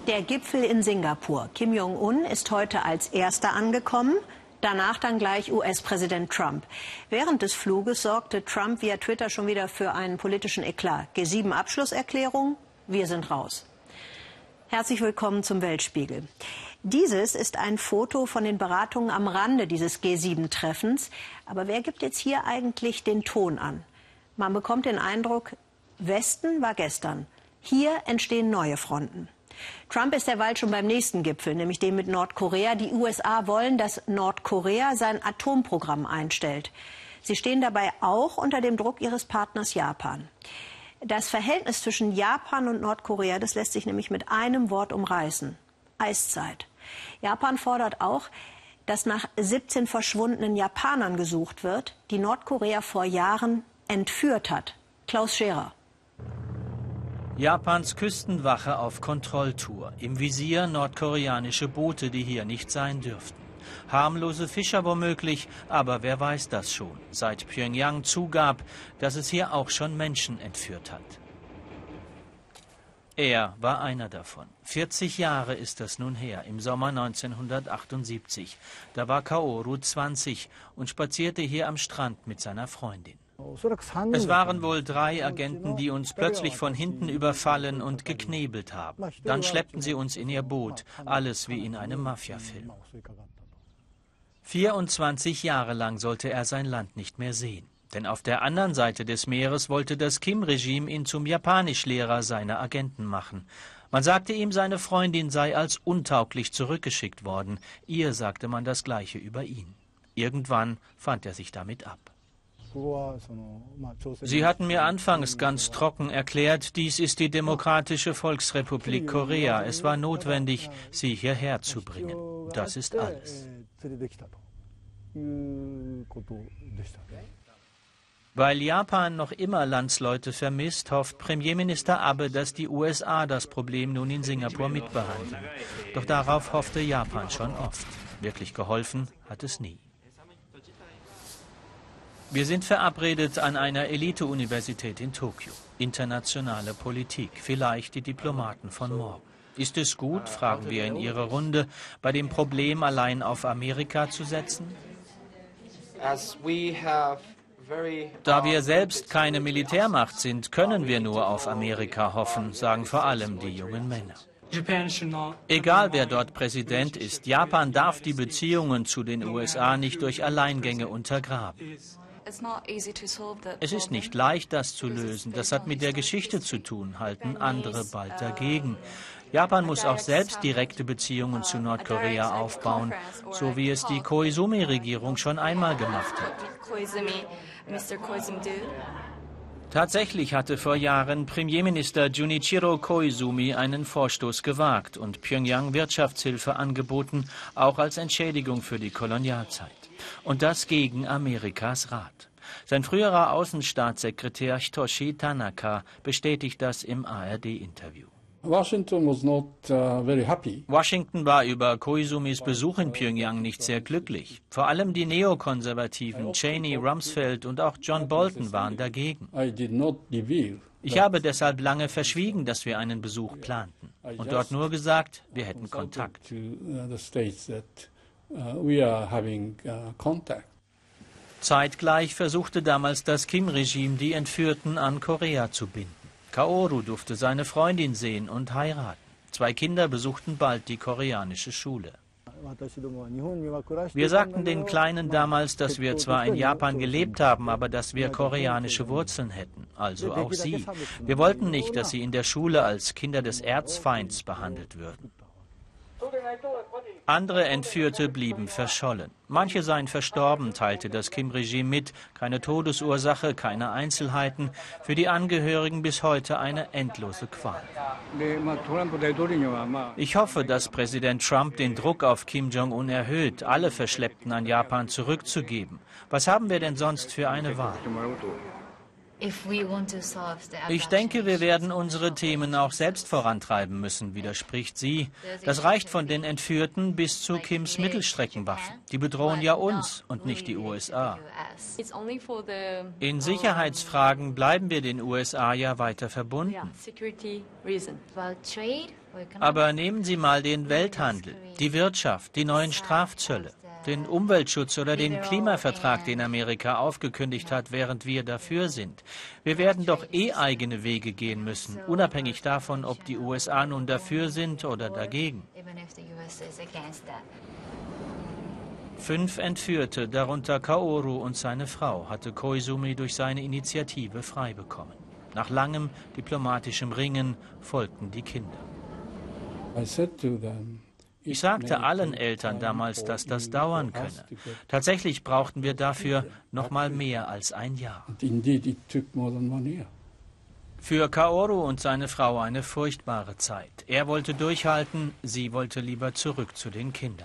Der Gipfel in Singapur. Kim Jong-un ist heute als Erster angekommen, danach dann gleich US-Präsident Trump. Während des Fluges sorgte Trump via Twitter schon wieder für einen politischen Eklat. G7-Abschlusserklärung, wir sind raus. Herzlich willkommen zum Weltspiegel. Dieses ist ein Foto von den Beratungen am Rande dieses G7-Treffens. Aber wer gibt jetzt hier eigentlich den Ton an? Man bekommt den Eindruck, Westen war gestern. Hier entstehen neue Fronten. Trump ist derweil schon beim nächsten Gipfel, nämlich dem mit Nordkorea. Die USA wollen, dass Nordkorea sein Atomprogramm einstellt. Sie stehen dabei auch unter dem Druck ihres Partners Japan. Das Verhältnis zwischen Japan und Nordkorea, das lässt sich nämlich mit einem Wort umreißen: Eiszeit. Japan fordert auch, dass nach 17 verschwundenen Japanern gesucht wird, die Nordkorea vor Jahren entführt hat. Klaus Scherer. Japans Küstenwache auf Kontrolltour. Im Visier nordkoreanische Boote, die hier nicht sein dürften. Harmlose Fischer womöglich, aber wer weiß das schon, seit Pyongyang zugab, dass es hier auch schon Menschen entführt hat. Er war einer davon. 40 Jahre ist das nun her, im Sommer 1978. Da war Kaoru 20 und spazierte hier am Strand mit seiner Freundin. Es waren wohl 3 Agenten, die uns plötzlich von hinten überfallen und geknebelt haben. Dann schleppten sie uns in ihr Boot, alles wie in einem Mafia-Film. 24 Jahre lang sollte er sein Land nicht mehr sehen. Denn auf der anderen Seite des Meeres wollte das Kim-Regime ihn zum Japanischlehrer seiner Agenten machen. Man sagte ihm, seine Freundin sei als untauglich zurückgeschickt worden. Ihr sagte man das Gleiche über ihn. Irgendwann fand er sich damit ab. Sie hatten mir anfangs ganz trocken erklärt, dies ist die Demokratische Volksrepublik Korea. Es war notwendig, sie hierher zu bringen. Das ist alles. Weil Japan noch immer Landsleute vermisst, hofft Premierminister Abe, dass die USA das Problem nun in Singapur mitbehandeln. Doch darauf hoffte Japan schon oft. Wirklich geholfen hat es nie. Wir sind verabredet an einer Elite-Universität in Tokio. Internationale Politik, vielleicht die Diplomaten von morgen. Ist es gut, fragen wir in ihrer Runde, bei dem Problem allein auf Amerika zu setzen? Da wir selbst keine Militärmacht sind, können wir nur auf Amerika hoffen, sagen vor allem die jungen Männer. Egal wer dort Präsident ist, Japan darf die Beziehungen zu den USA nicht durch Alleingänge untergraben. Es ist nicht leicht, das zu lösen. Das hat mit der Geschichte zu tun, halten andere bald dagegen. Japan muss auch selbst direkte Beziehungen zu Nordkorea aufbauen, so wie es die Koizumi-Regierung schon einmal gemacht hat. Tatsächlich hatte vor Jahren Premierminister Junichiro Koizumi einen Vorstoß gewagt und Pyongyang Wirtschaftshilfe angeboten, auch als Entschädigung für die Kolonialzeit. Und das gegen Amerikas Rat. Sein früherer Außenstaatssekretär Hitoshi Tanaka bestätigt das im ARD-Interview. Washington war über Koizumis Besuch in Pyongyang nicht sehr glücklich. Vor allem die Neokonservativen Cheney, Rumsfeld und auch John Bolton waren dagegen. Ich habe deshalb lange verschwiegen, dass wir einen Besuch planten und dort nur gesagt, wir hätten Kontakt. Zeitgleich versuchte damals das Kim-Regime, die Entführten an Korea zu binden. Kaoru durfte seine Freundin sehen und heiraten. 2 Kinder besuchten bald die koreanische Schule. Wir sagten den Kleinen damals, dass wir zwar in Japan gelebt haben, aber dass wir koreanische Wurzeln hätten, also auch sie. Wir wollten nicht, dass sie in der Schule als Kinder des Erzfeinds behandelt würden. Andere Entführte blieben verschollen. Manche seien verstorben, teilte das Kim-Regime mit. Keine Todesursache, keine Einzelheiten. Für die Angehörigen bis heute eine endlose Qual. Ich hoffe, dass Präsident Trump den Druck auf Kim Jong-un erhöht, alle Verschleppten an Japan zurückzugeben. Was haben wir denn sonst für eine Wahl? Ich denke, wir werden unsere Themen auch selbst vorantreiben müssen, widerspricht sie. Das reicht von den Entführten bis zu Kims Mittelstreckenwaffen. Die bedrohen ja uns und nicht die USA. In Sicherheitsfragen bleiben wir den USA ja weiter verbunden. Aber nehmen Sie mal den Welthandel, die Wirtschaft, die neuen Strafzölle, den Umweltschutz oder den Klimavertrag, den Amerika aufgekündigt hat, während wir dafür sind. Wir werden doch eigene Wege gehen müssen, unabhängig davon, ob die USA nun dafür sind oder dagegen. 5 Entführte, darunter Kaoru und seine Frau, hatte Koizumi durch seine Initiative frei bekommen. Nach langem diplomatischem Ringen folgten die Kinder. Ich sagte allen Eltern damals, dass das dauern könne. Tatsächlich brauchten wir dafür noch mal mehr als ein Jahr. Für Kaoru und seine Frau eine furchtbare Zeit. Er wollte durchhalten, sie wollte lieber zurück zu den Kindern.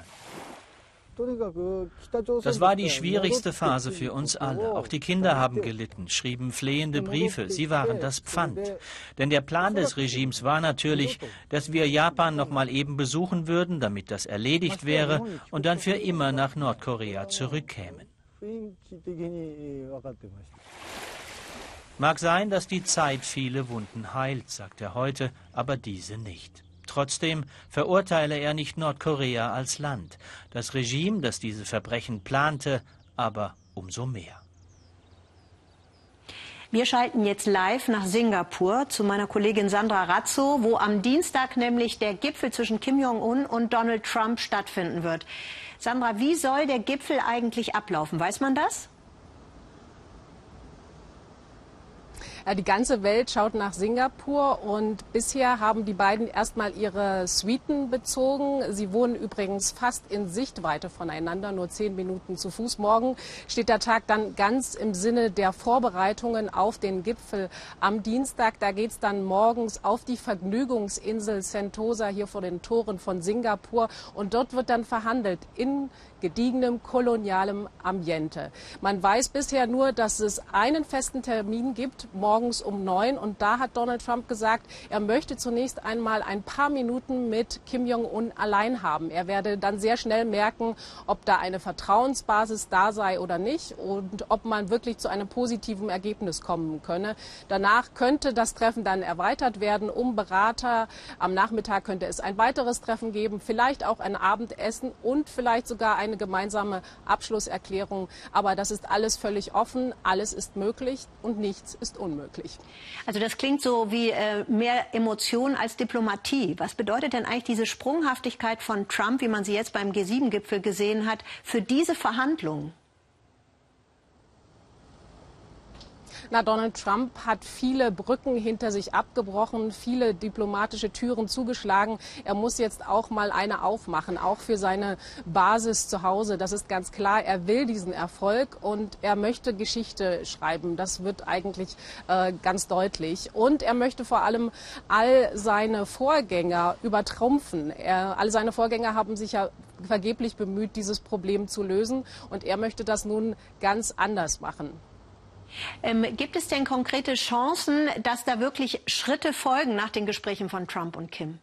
Das war die schwierigste Phase für uns alle. Auch die Kinder haben gelitten, schrieben flehende Briefe. Sie waren das Pfand. Denn der Plan des Regimes war natürlich, dass wir Japan noch mal eben besuchen würden, damit das erledigt wäre und dann für immer nach Nordkorea zurückkämen. Mag sein, dass die Zeit viele Wunden heilt, sagt er heute, aber diese nicht. Trotzdem verurteile er nicht Nordkorea als Land. Das Regime, das diese Verbrechen plante, aber umso mehr. Wir schalten jetzt live nach Singapur zu meiner Kollegin Sandra Razzo, wo am Dienstag nämlich der Gipfel zwischen Kim Jong-un und Donald Trump stattfinden wird. Sandra, wie soll der Gipfel eigentlich ablaufen? Weiß man das? Die ganze Welt schaut nach Singapur und bisher haben die beiden erstmal ihre Suiten bezogen. Sie wohnen übrigens fast in Sichtweite voneinander, nur 10 Minuten zu Fuß. Morgen steht der Tag dann ganz im Sinne der Vorbereitungen auf den Gipfel am Dienstag. Da geht es dann morgens auf die Vergnügungsinsel Sentosa hier vor den Toren von Singapur und dort wird dann verhandelt in gediegenem kolonialem Ambiente. Man weiß bisher nur, dass es einen festen Termin gibt, morgens um 9. Und da hat Donald Trump gesagt, er möchte zunächst einmal ein paar Minuten mit Kim Jong-un allein haben. Er werde dann sehr schnell merken, ob da eine Vertrauensbasis da sei oder nicht und ob man wirklich zu einem positiven Ergebnis kommen könne. Danach könnte das Treffen dann erweitert werden um Berater. Am Nachmittag könnte es ein weiteres Treffen geben, vielleicht auch ein Abendessen und vielleicht sogar eine gemeinsame Abschlusserklärung. Aber das ist alles völlig offen, alles ist möglich und nichts ist unmöglich. Also das klingt so wie mehr Emotion als Diplomatie. Was bedeutet denn eigentlich diese Sprunghaftigkeit von Trump, wie man sie jetzt beim G7-Gipfel gesehen hat, für diese Verhandlungen? Na, Donald Trump hat viele Brücken hinter sich abgebrochen, viele diplomatische Türen zugeschlagen. Er muss jetzt auch mal eine aufmachen, auch für seine Basis zu Hause. Das ist ganz klar. Er will diesen Erfolg und er möchte Geschichte schreiben. Das wird eigentlich ganz deutlich. Und er möchte vor allem all seine Vorgänger übertrumpfen. All seine Vorgänger haben sich ja vergeblich bemüht, dieses Problem zu lösen. Und er möchte das nun ganz anders machen. Gibt es denn konkrete Chancen, dass da wirklich Schritte folgen nach den Gesprächen von Trump und Kim?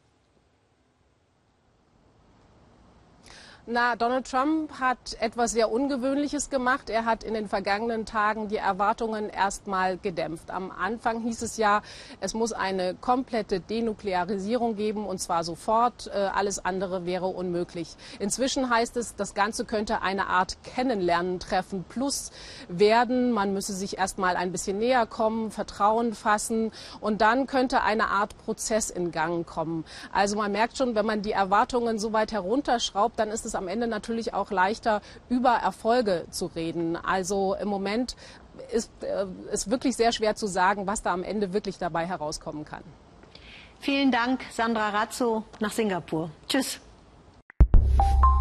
Na, Donald Trump hat etwas sehr Ungewöhnliches gemacht. Er hat in den vergangenen Tagen die Erwartungen erst mal gedämpft. Am Anfang hieß es ja, es muss eine komplette Denuklearisierung geben und zwar sofort. Alles andere wäre unmöglich. Inzwischen heißt es, das Ganze könnte eine Art Kennenlernen-Treffen plus werden. Man müsse sich erst mal ein bisschen näher kommen, Vertrauen fassen und dann könnte eine Art Prozess in Gang kommen. Also man merkt schon, wenn man die Erwartungen so weit herunterschraubt, dann ist es am Ende natürlich auch leichter, über Erfolge zu reden. Also im Moment ist es wirklich sehr schwer zu sagen, was da am Ende wirklich dabei herauskommen kann. Vielen Dank, Sandra Razzo nach Singapur. Tschüss.